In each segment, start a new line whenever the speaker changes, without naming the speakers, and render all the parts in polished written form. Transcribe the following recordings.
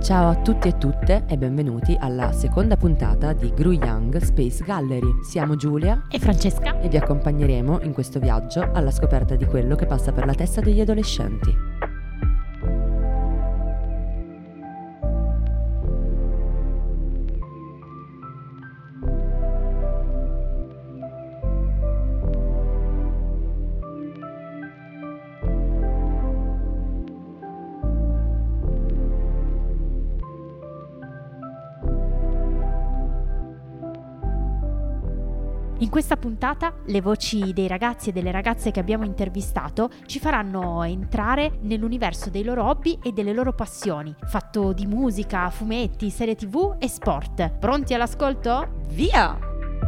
Ciao a tutti e tutte e benvenuti alla seconda puntata di Gru Young Space Gallery. Siamo Giulia
e Francesca
e vi accompagneremo in questo viaggio alla scoperta di quello che passa per la testa degli adolescenti.
In questa puntata le voci dei ragazzi e delle ragazze che abbiamo intervistato ci faranno entrare nell'universo dei loro hobby e delle loro passioni, fatto di musica, fumetti, serie TV e sport. Pronti all'ascolto? Via!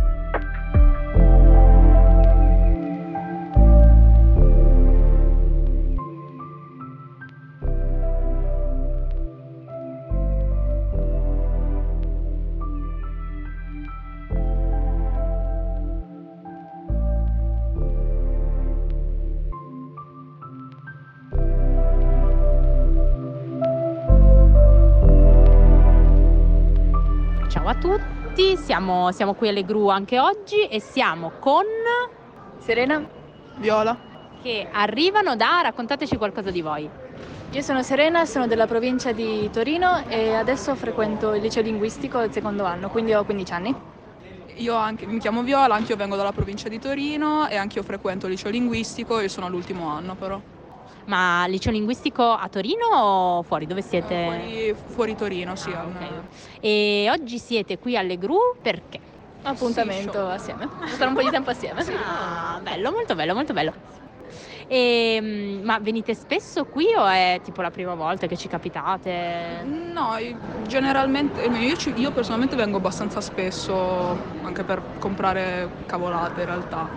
Ciao a tutti, siamo qui alle Gru anche oggi e siamo con
Serena,
Viola.
che arrivano da... Raccontateci qualcosa di voi.
io sono Serena, sono della provincia di Torino e adesso frequento il liceo linguistico al secondo anno, quindi ho 15 anni.
Mi chiamo Viola, anch'io vengo dalla provincia di Torino e anch'io frequento il liceo linguistico e sono all'ultimo anno però.
Ma liceo linguistico a Torino o fuori? Dove siete?
Fuori Torino, sì.
Ok. E oggi siete qui alle Gru perché?
Appuntamento assieme, stare un po' di tempo assieme.
Ah, bello, molto bello, molto bello. Ma venite spesso qui o è tipo la prima volta che ci capitate?
No, generalmente, io personalmente vengo abbastanza spesso anche per comprare cavolate in realtà.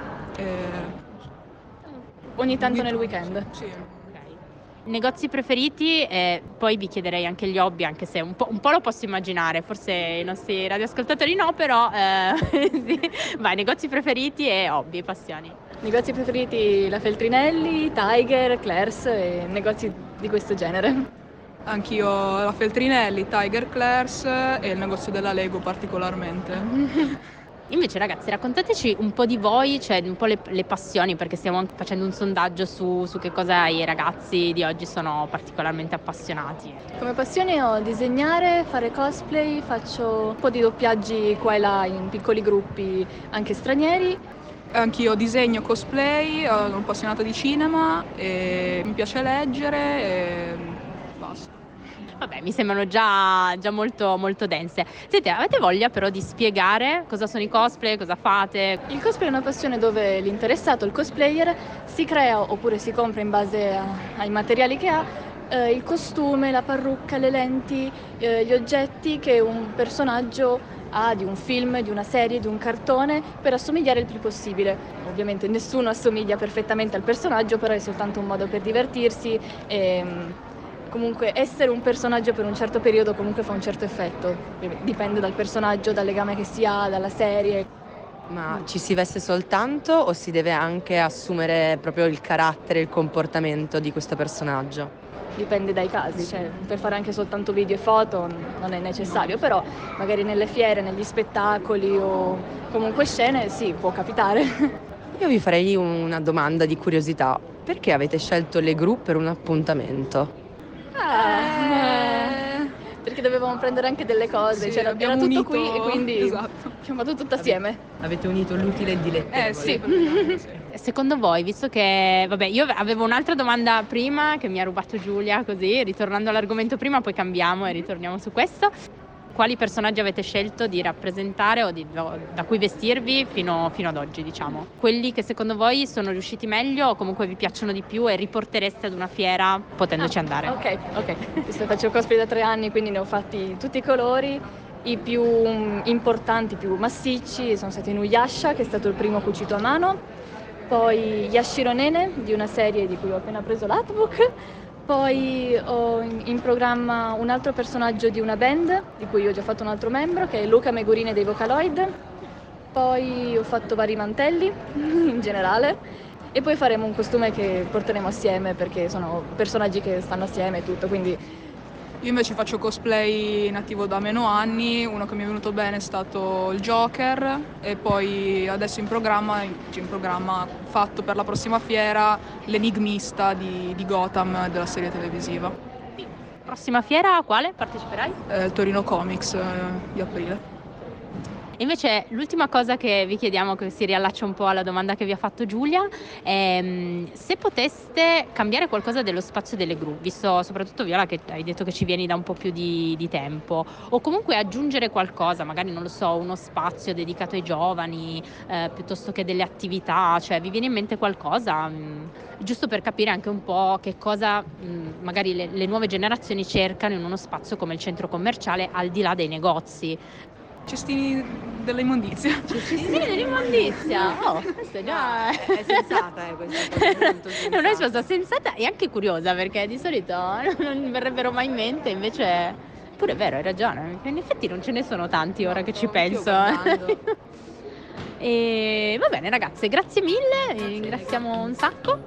Ogni tanto nel weekend.
Sì.
Negozi preferiti e poi vi chiederei anche gli hobby, anche se un po' lo posso immaginare, forse i nostri radioascoltatori no, però sì. Vai, negozi preferiti e hobby, passioni.
Negozi preferiti la Feltrinelli, Tiger, Claire's e negozi di questo genere.
Anch'io la Feltrinelli, Tiger, Claire's e il negozio della Lego particolarmente.
Invece ragazzi, raccontateci un po' di voi, cioè un po' le passioni, perché stiamo anche facendo un sondaggio su che cosa i ragazzi di oggi sono particolarmente appassionati.
Come passione ho disegnare, fare cosplay, faccio un po' di doppiaggi qua e là in piccoli gruppi anche stranieri.
Anch'io disegno, cosplay, sono appassionata di cinema e mi piace leggere e basta.
Vabbè, mi sembrano già molto, molto dense. Senti, avete voglia però di spiegare cosa sono i cosplay, cosa fate?
Il cosplay è una passione dove l'interessato, il cosplayer, si crea oppure si compra in base ai materiali che ha il costume, la parrucca, le lenti, gli oggetti che un personaggio ha di un film, di una serie, di un cartone per assomigliare il più possibile. Ovviamente nessuno assomiglia perfettamente al personaggio, però è soltanto un modo per divertirsi e comunque essere un personaggio per un certo periodo comunque fa un certo effetto, dipende dal personaggio, dal legame che si ha, dalla serie.
Ma ci si veste soltanto o si deve anche assumere proprio il carattere, il comportamento di questo personaggio?
Dipende dai casi, cioè per fare anche soltanto video e foto non è necessario, però magari nelle fiere, negli spettacoli o comunque scene sì, può capitare.
Io vi farei una domanda di curiosità. Perché avete scelto le Gru per un appuntamento?
Perché dovevamo prendere anche delle cose,
Sì,
cioè era tutto
unito...
qui e quindi
esatto.
abbiamo fatto tutto assieme.
Avete unito l'utile e il dilettevole.
Sì.
Secondo voi, visto che, vabbè, io avevo un'altra domanda prima che mi ha rubato Giulia, così, ritornando all'argomento prima, poi cambiamo e ritorniamo su questo. Quali personaggi avete scelto di rappresentare o da cui vestirvi fino ad oggi, diciamo? Quelli che secondo voi sono riusciti meglio o comunque vi piacciono di più e riportereste ad una fiera potendoci andare?
Ok. Visto che faccio cosplay da 3 anni, quindi ne ho fatti tutti i colori. I più importanti, più massicci sono stati Inuyasha, che è stato il primo cucito a mano, poi Yashiro Nene, di una serie di cui ho appena preso l'artbook, poi ho in programma un altro personaggio di una band, di cui ho già fatto un altro membro, che è Luca Megurini dei Vocaloid, poi ho fatto vari mantelli, in generale, e poi faremo un costume che porteremo assieme, perché sono personaggi che stanno assieme e tutto, quindi
Io invece faccio cosplay nativo da meno anni, uno che mi è venuto bene è stato il Joker e poi adesso in programma fatto per la prossima fiera l'enigmista di Gotham della serie televisiva.
Prossima fiera a quale parteciperai?
Torino Comics di aprile.
E invece l'ultima cosa che vi chiediamo, che si riallaccia un po' alla domanda che vi ha fatto Giulia, è se poteste cambiare qualcosa dello spazio delle gru, visto soprattutto Viola che hai detto che ci vieni da un po' più di tempo, o comunque aggiungere qualcosa, magari non lo so, uno spazio dedicato ai giovani, piuttosto che delle attività, cioè vi viene in mente qualcosa? Giusto per capire anche un po' che cosa magari le nuove generazioni cercano in uno spazio come il centro commerciale al di là dei negozi.
Cestini dell'immondizia.
Cestini dell'immondizia! Oh, questo è già...
È sensata questa cosa, molto
È una risposta sensata e anche curiosa, perché di solito non verrebbero mai in mente, invece... Pure è vero, hai ragione, in effetti non ce ne sono tanti ora che ci penso. E va bene ragazze, grazie mille, vi ringraziamo un sacco.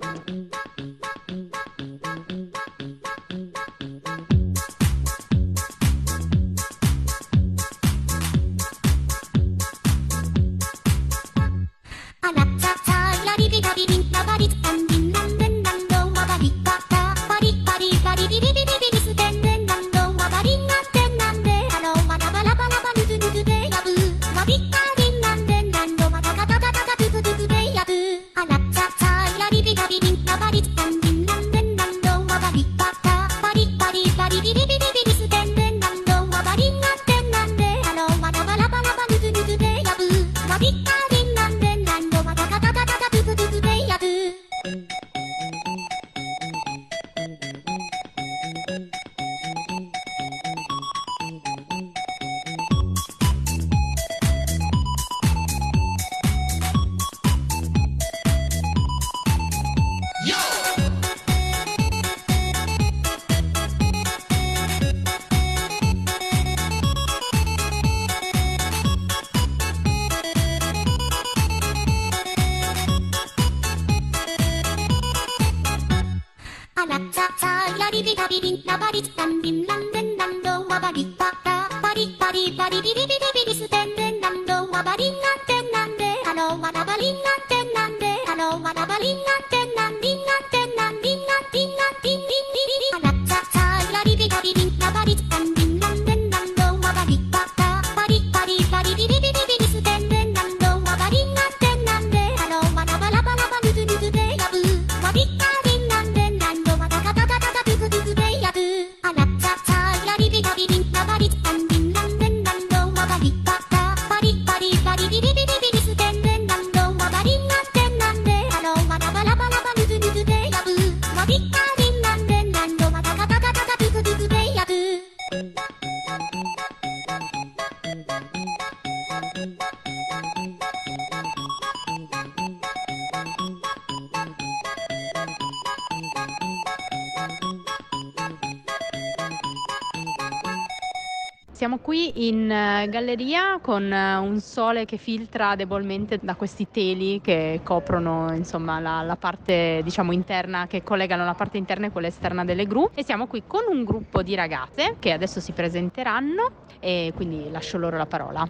Siamo qui in galleria con un sole che filtra debolmente da questi teli che coprono insomma la parte diciamo interna, che collegano la parte interna e quella esterna delle gru, e siamo qui con un gruppo di ragazze che adesso si presenteranno e quindi lascio loro la parola.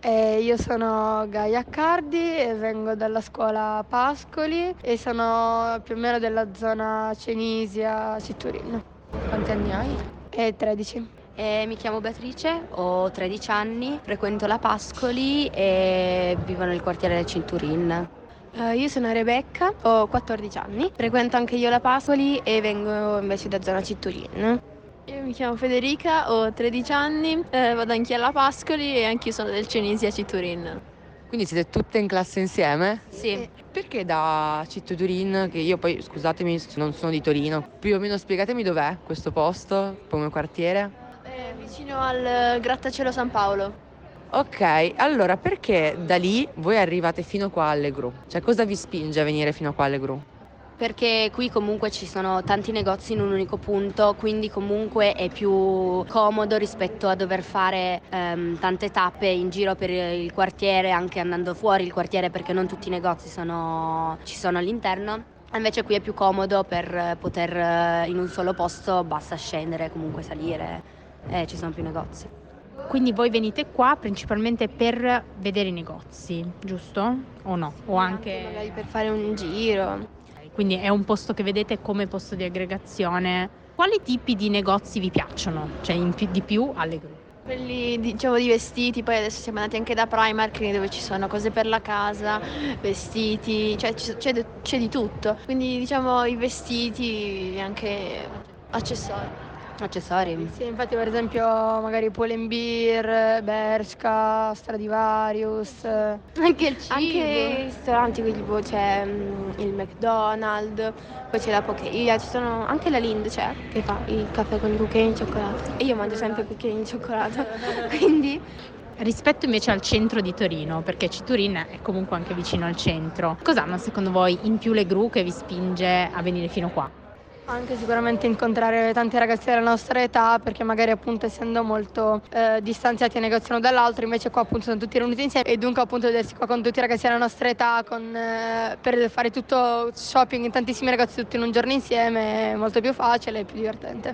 Io sono Gaia Accardi e vengo dalla scuola Pascoli e sono più o meno della zona Cenisia, Citturino.
Quanti anni hai?
13.
Mi chiamo Beatrice, ho 13 anni, frequento la Pascoli e vivo nel quartiere del Cinturin.
Io sono Rebecca, ho 14 anni, frequento anche io la Pascoli e vengo invece da zona Citturin.
Io mi chiamo Federica, ho 13 anni, vado anche alla Pascoli e anch'io sono del Cenisia Citturin.
Quindi siete tutte in classe insieme?
Sì.
Perché da Citturin, che io poi, scusatemi, non sono di Torino, più o meno spiegatemi dov'è questo posto come quartiere?
Vicino al Grattacielo San Paolo.
Ok, allora perché da lì voi arrivate fino qua alle gru? Cioè cosa vi spinge a venire fino qua alle gru?
Perché qui comunque ci sono tanti negozi in un unico punto, quindi comunque è più comodo rispetto a dover fare tante tappe in giro per il quartiere, anche andando fuori il quartiere, perché non tutti i negozi ci sono all'interno. Invece qui è più comodo per poter in un solo posto, basta scendere, comunque salire, ci sono più negozi.
Quindi voi venite qua principalmente per vedere i negozi, giusto? O no? O
Anche magari per fare un giro.
Quindi è un posto che vedete come posto di aggregazione. Quali tipi di negozi vi piacciono? Cioè di più alle gru?
Quelli diciamo di vestiti, poi adesso siamo andati anche da Primark dove ci sono cose per la casa, vestiti, cioè c'è di tutto. Quindi diciamo i vestiti e anche accessori.
Accessori?
Sì, infatti per esempio magari Pull&Bear, Bershka, Stradivarius.
Anche il cibo. Anche i ristoranti, quindi tipo c'è il McDonald's, poi c'è la Pokeria, ci sono anche la Lind, c'è, che fa il caffè con i cucchiaini di cioccolato. E io mangio sempre cucchiaini di cioccolato, quindi...
Rispetto invece al centro di Torino, perché Citurin è comunque anche vicino al centro, cos'hanno secondo voi in più le gru che vi spinge a venire fino qua?
Anche sicuramente incontrare tanti ragazzi della nostra età, perché magari appunto essendo molto distanziati un negozio uno dall'altro, invece qua appunto sono tutti riuniti insieme e dunque appunto vedersi qua con tutti i ragazzi della nostra età per fare tutto shopping in tantissimi negozi tutti in un giorno insieme è molto più facile e più divertente.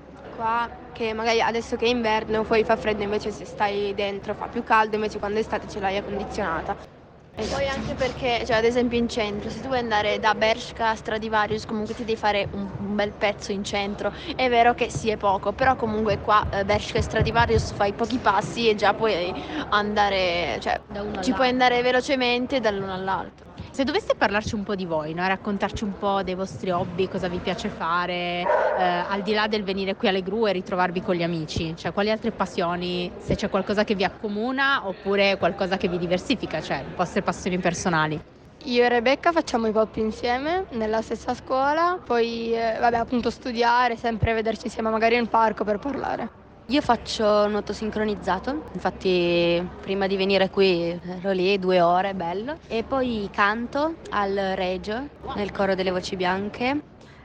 Qua che magari adesso che è inverno fuori fa freddo, invece se stai dentro fa più caldo, invece quando è estate c'è l'aria condizionata. Esatto. Poi anche perché, cioè ad esempio in centro, se tu vuoi andare da Bershka a Stradivarius comunque ti devi fare un bel pezzo in centro. È vero che sì è poco, però comunque qua Bershka e Stradivarius fai pochi passi e già puoi andare, cioè ci puoi andare velocemente dall'uno all'altro.
Se doveste parlarci un po' di voi, no? Raccontarci un po' dei vostri hobby, cosa vi piace fare, al di là del venire qui alle gru e ritrovarvi con gli amici, cioè quali altre passioni, se c'è qualcosa che vi accomuna oppure qualcosa che vi diversifica, cioè le vostre passioni personali.
Io e Rebecca facciamo hip hop insieme nella stessa scuola, poi vabbè appunto studiare, sempre vederci insieme magari in parco per parlare.
Io faccio nuoto sincronizzato, infatti prima di venire qui ero lì 2 ore, bello. E poi canto al Regio, nel coro delle voci bianche.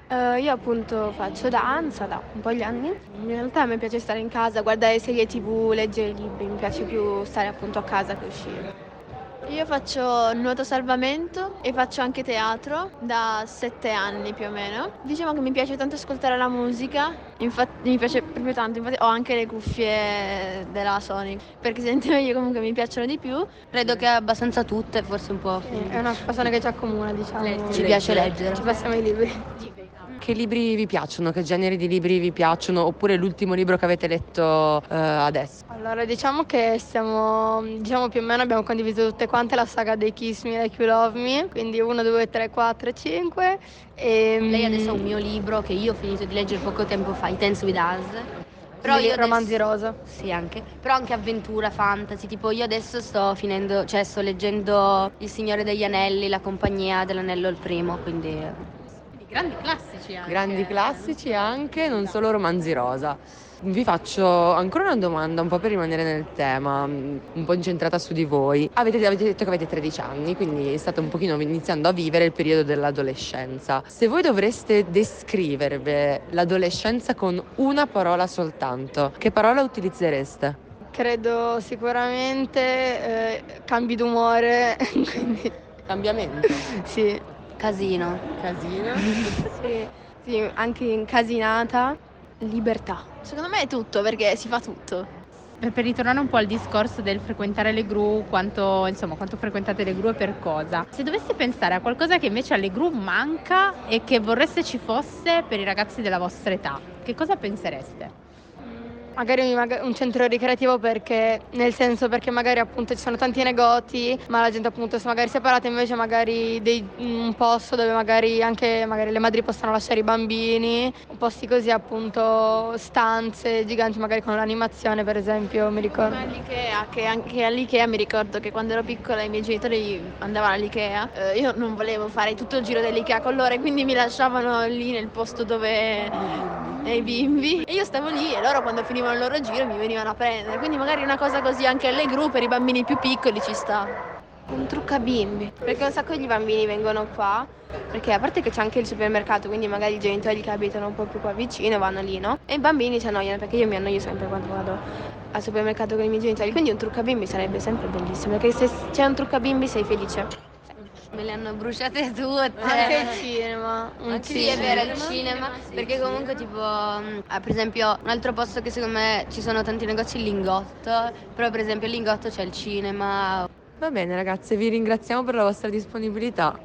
Io appunto faccio danza da un po' di anni. In realtà a me piace stare in casa, guardare serie TV, leggere libri, mi piace più stare appunto a casa che uscire. Io faccio nuoto salvamento e faccio anche teatro da 7 anni più o meno. Diciamo che mi piace tanto ascoltare la musica, infatti mi piace proprio tanto, infatti ho anche le cuffie della Sony, perché sento meglio comunque mi piacciono di più.
Credo che abbastanza tutte, forse un po'.
È una passione che ci accomuna, diciamo.
Ci piace leggere.
Ci passiamo i libri.
Che libri vi piacciono? Che generi di libri vi piacciono? Oppure l'ultimo libro che avete letto adesso?
Allora diciamo che più o meno abbiamo condiviso tutte quante la saga dei Kiss Me Like You Love Me, quindi 1, 2, 3, 4 e 5.
Lei adesso ha un mio libro che io ho finito di leggere poco tempo fa, I Dance With Us.
Però io romanzi rosa.
Sì, anche. Però anche avventura, fantasy. Tipo io adesso sto leggendo Il Signore degli Anelli, La Compagnia dell'Anello il Primo, quindi...
Grandi classici anche.
Grandi classici anche, non solo romanzi rosa. Vi faccio ancora una domanda un po' per rimanere nel tema, un po' incentrata su di voi. Avete detto che avete 13 anni, quindi state un pochino iniziando a vivere il periodo dell'adolescenza. Se voi dovreste descrivervi l'adolescenza con una parola soltanto, che parola utilizzereste?
Credo sicuramente cambi d'umore, quindi...
Cambiamento?
Sì.
Casino.
Sì, anche incasinata, libertà. Secondo me è tutto, perché si fa tutto.
Per ritornare un po' al discorso del frequentare le gru, quanto frequentate le gru e per cosa. Se doveste pensare a qualcosa che invece alle gru manca e che vorreste ci fosse per i ragazzi della vostra età, che cosa pensereste?
Magari un centro ricreativo perché magari appunto ci sono tanti negozi, ma la gente appunto è magari separata, invece magari un posto dove magari anche le madri possano lasciare i bambini, posti così appunto, stanze giganti magari con l'animazione per esempio, mi ricordo.
All'Ikea, che anche all'Ikea mi ricordo che quando ero piccola i miei genitori andavano all'Ikea, io non volevo fare tutto il giro dell'Ikea con loro e quindi mi lasciavano lì nel posto dove i bimbi e io stavo lì e loro quando finivano il loro giro mi venivano a prendere, quindi magari una cosa così anche alle gru per i bambini più piccoli ci sta. Un trucco a bimbi, perché un sacco di bambini vengono qua, perché a parte che c'è anche il supermercato, quindi magari i genitori che abitano un po' più qua vicino vanno lì, no? E i bambini si annoiano, perché io mi annoio sempre quando vado al supermercato con i miei genitori, quindi un trucco a bimbi sarebbe sempre bellissimo, perché se c'è un trucco a bimbi sei felice.
Me le hanno bruciate tutte.
Anche il cinema.
Anche lì è vero, il cinema, perché comunque tipo, per esempio, un altro posto che secondo me ci sono tanti negozi, il Lingotto, però per esempio al Lingotto c'è il cinema.
Va bene ragazze, vi ringraziamo per la vostra disponibilità.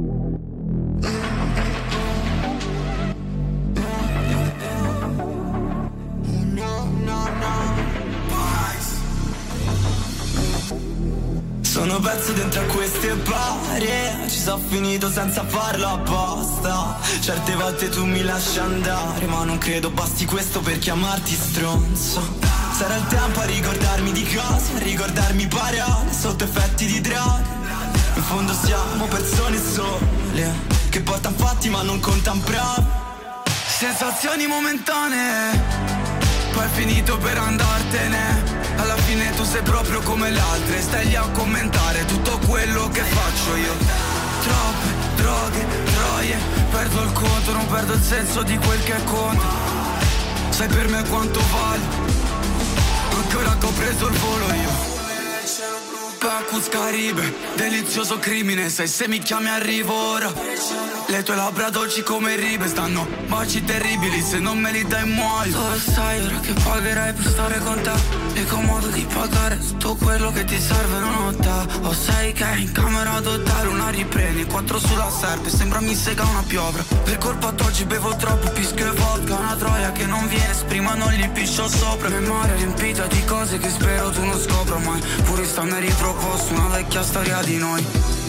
Sono perso dentro a queste parie, ci sono finito senza farlo apposta. Certe volte tu mi lasci andare, ma non credo basti questo per chiamarti stronzo. Sarà il tempo a ricordarmi di cose, a ricordarmi parole sotto effetti di droghe. In fondo siamo persone sole, che portano fatti ma non contano prove. Sensazioni momentanee, poi è finito per andartene. Alla fine tu sei proprio come le altre, stai lì a commentare tutto quello che faccio io. Troppe droghe, troie, perdo il conto, non perdo il senso di quel che conta. Sai per me quanto vale, ancora che ho preso il volo io. Bacchus Caribe, delizioso crimine, sai se mi chiami arrivo ora. Le tue labbra dolci come ribe, stanno baci terribili, se non me li dai muoio. Dove sai ora che pagherai per stare con te? È comodo di pagare tutto quello che ti serve, non ho te. O sai che in camera d'hotel una riprendi, 4 sulla serpe, sembra mi sega una piovra. Per colpa d'oggi bevo troppo, pischio e vodka, una troia che non viene, prima non gli piscio sopra. Memoria riempita di cose che spero tu non scopra mai, pure stanno riproposto una vecchia storia di noi.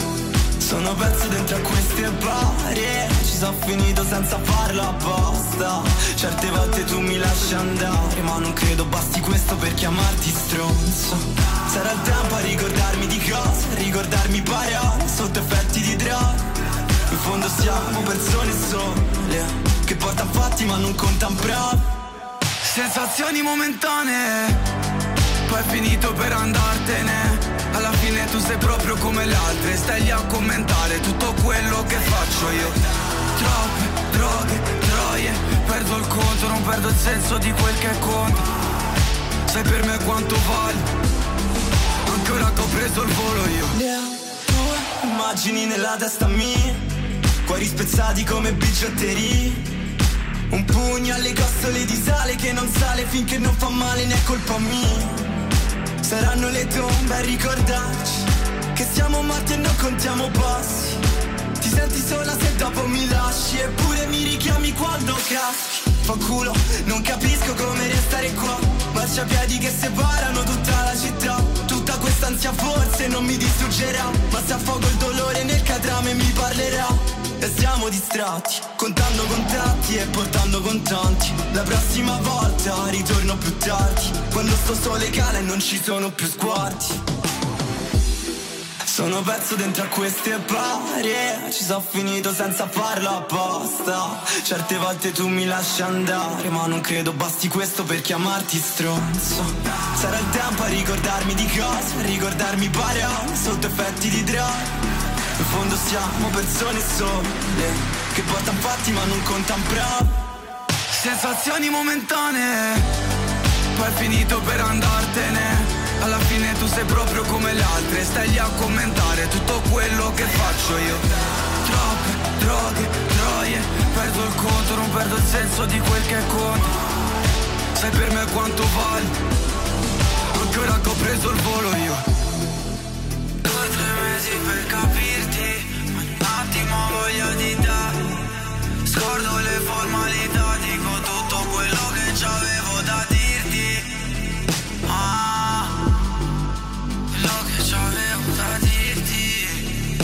Sono perso dentro a queste parie, ci sono finito senza farlo apposta. Certe volte tu mi lasci andare, ma non credo basti questo per chiamarti stronzo. Sarà il tempo a ricordarmi di cose, a ricordarmi parole sotto effetti di droghe. In fondo siamo persone sole, che portano fatti ma non contano prove. Sensazioni momentanee, poi è finito per andartene. Alla fine tu sei proprio come le altre, stai lì a commentare tutto quello che faccio io. Troppe droghe, troie, perdo il conto, non perdo il senso di quel che conta. Sai per me quanto vale, ancora che ho preso il volo io. Tue immagini nella testa mia, cuori spezzati come bigiotterie. Un pugno alle costole di sale che non sale finché non fa male né è colpa mia. Saranno le tombe a ricordarci che siamo morti e non contiamo passi. Ti senti sola se dopo mi lasci, eppure mi richiami quando caschi. Fa culo, non capisco come restare qua, marciapiedi che separano tutta la città. Tutta quest'ansia forse non mi distruggerà, ma se affogo il dolore nel catrame mi parlerà. E siamo distratti, contando contatti e portando contanti. La prossima volta ritorno più tardi, quando sto sole cala e non ci sono più sguardi. Sono perso dentro a queste parie, ci sono finito senza farlo apposta. Certe volte tu mi lasci andare, ma non credo basti questo per chiamarti stronzo. Sarà il tempo a ricordarmi di cose, a ricordarmi parole sotto effetti di droghe. In fondo siamo persone sole, che portano fatti ma non contano prove. Sensazioni momentanee, poi è finito per andartene. Alla fine tu sei proprio come le altre, stai lì a commentare tutto quello che faccio io. Troppe droghe, troie, perdo il conto, non perdo il senso di quel che conta. Sai per me quanto vale, ancora che ho preso il volo io. 2 o 3 mesi per capirti, ma in un attimo ho voglia di te. Scordo le formalità, dico tutto quello che c'avevo da dirti. Quello che c'avevo da dirti.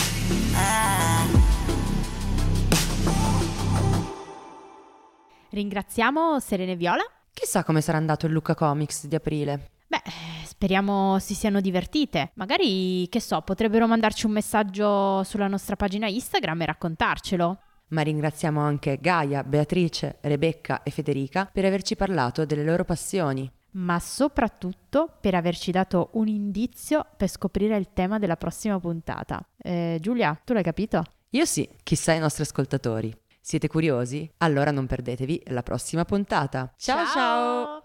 Ringraziamo Serena e Viola.
Chissà come sarà andato il Lucca Comics di aprile.
Beh, speriamo si siano divertite. Magari, che so, potrebbero mandarci un messaggio sulla nostra pagina Instagram e raccontarcelo.
Ma ringraziamo anche Gaia, Beatrice, Rebecca e Federica per averci parlato delle loro passioni.
Ma soprattutto per averci dato un indizio per scoprire il tema della prossima puntata. Giulia, tu l'hai capito?
Io sì, chissà i nostri ascoltatori. Siete curiosi? Allora non perdetevi la prossima puntata. Ciao ciao!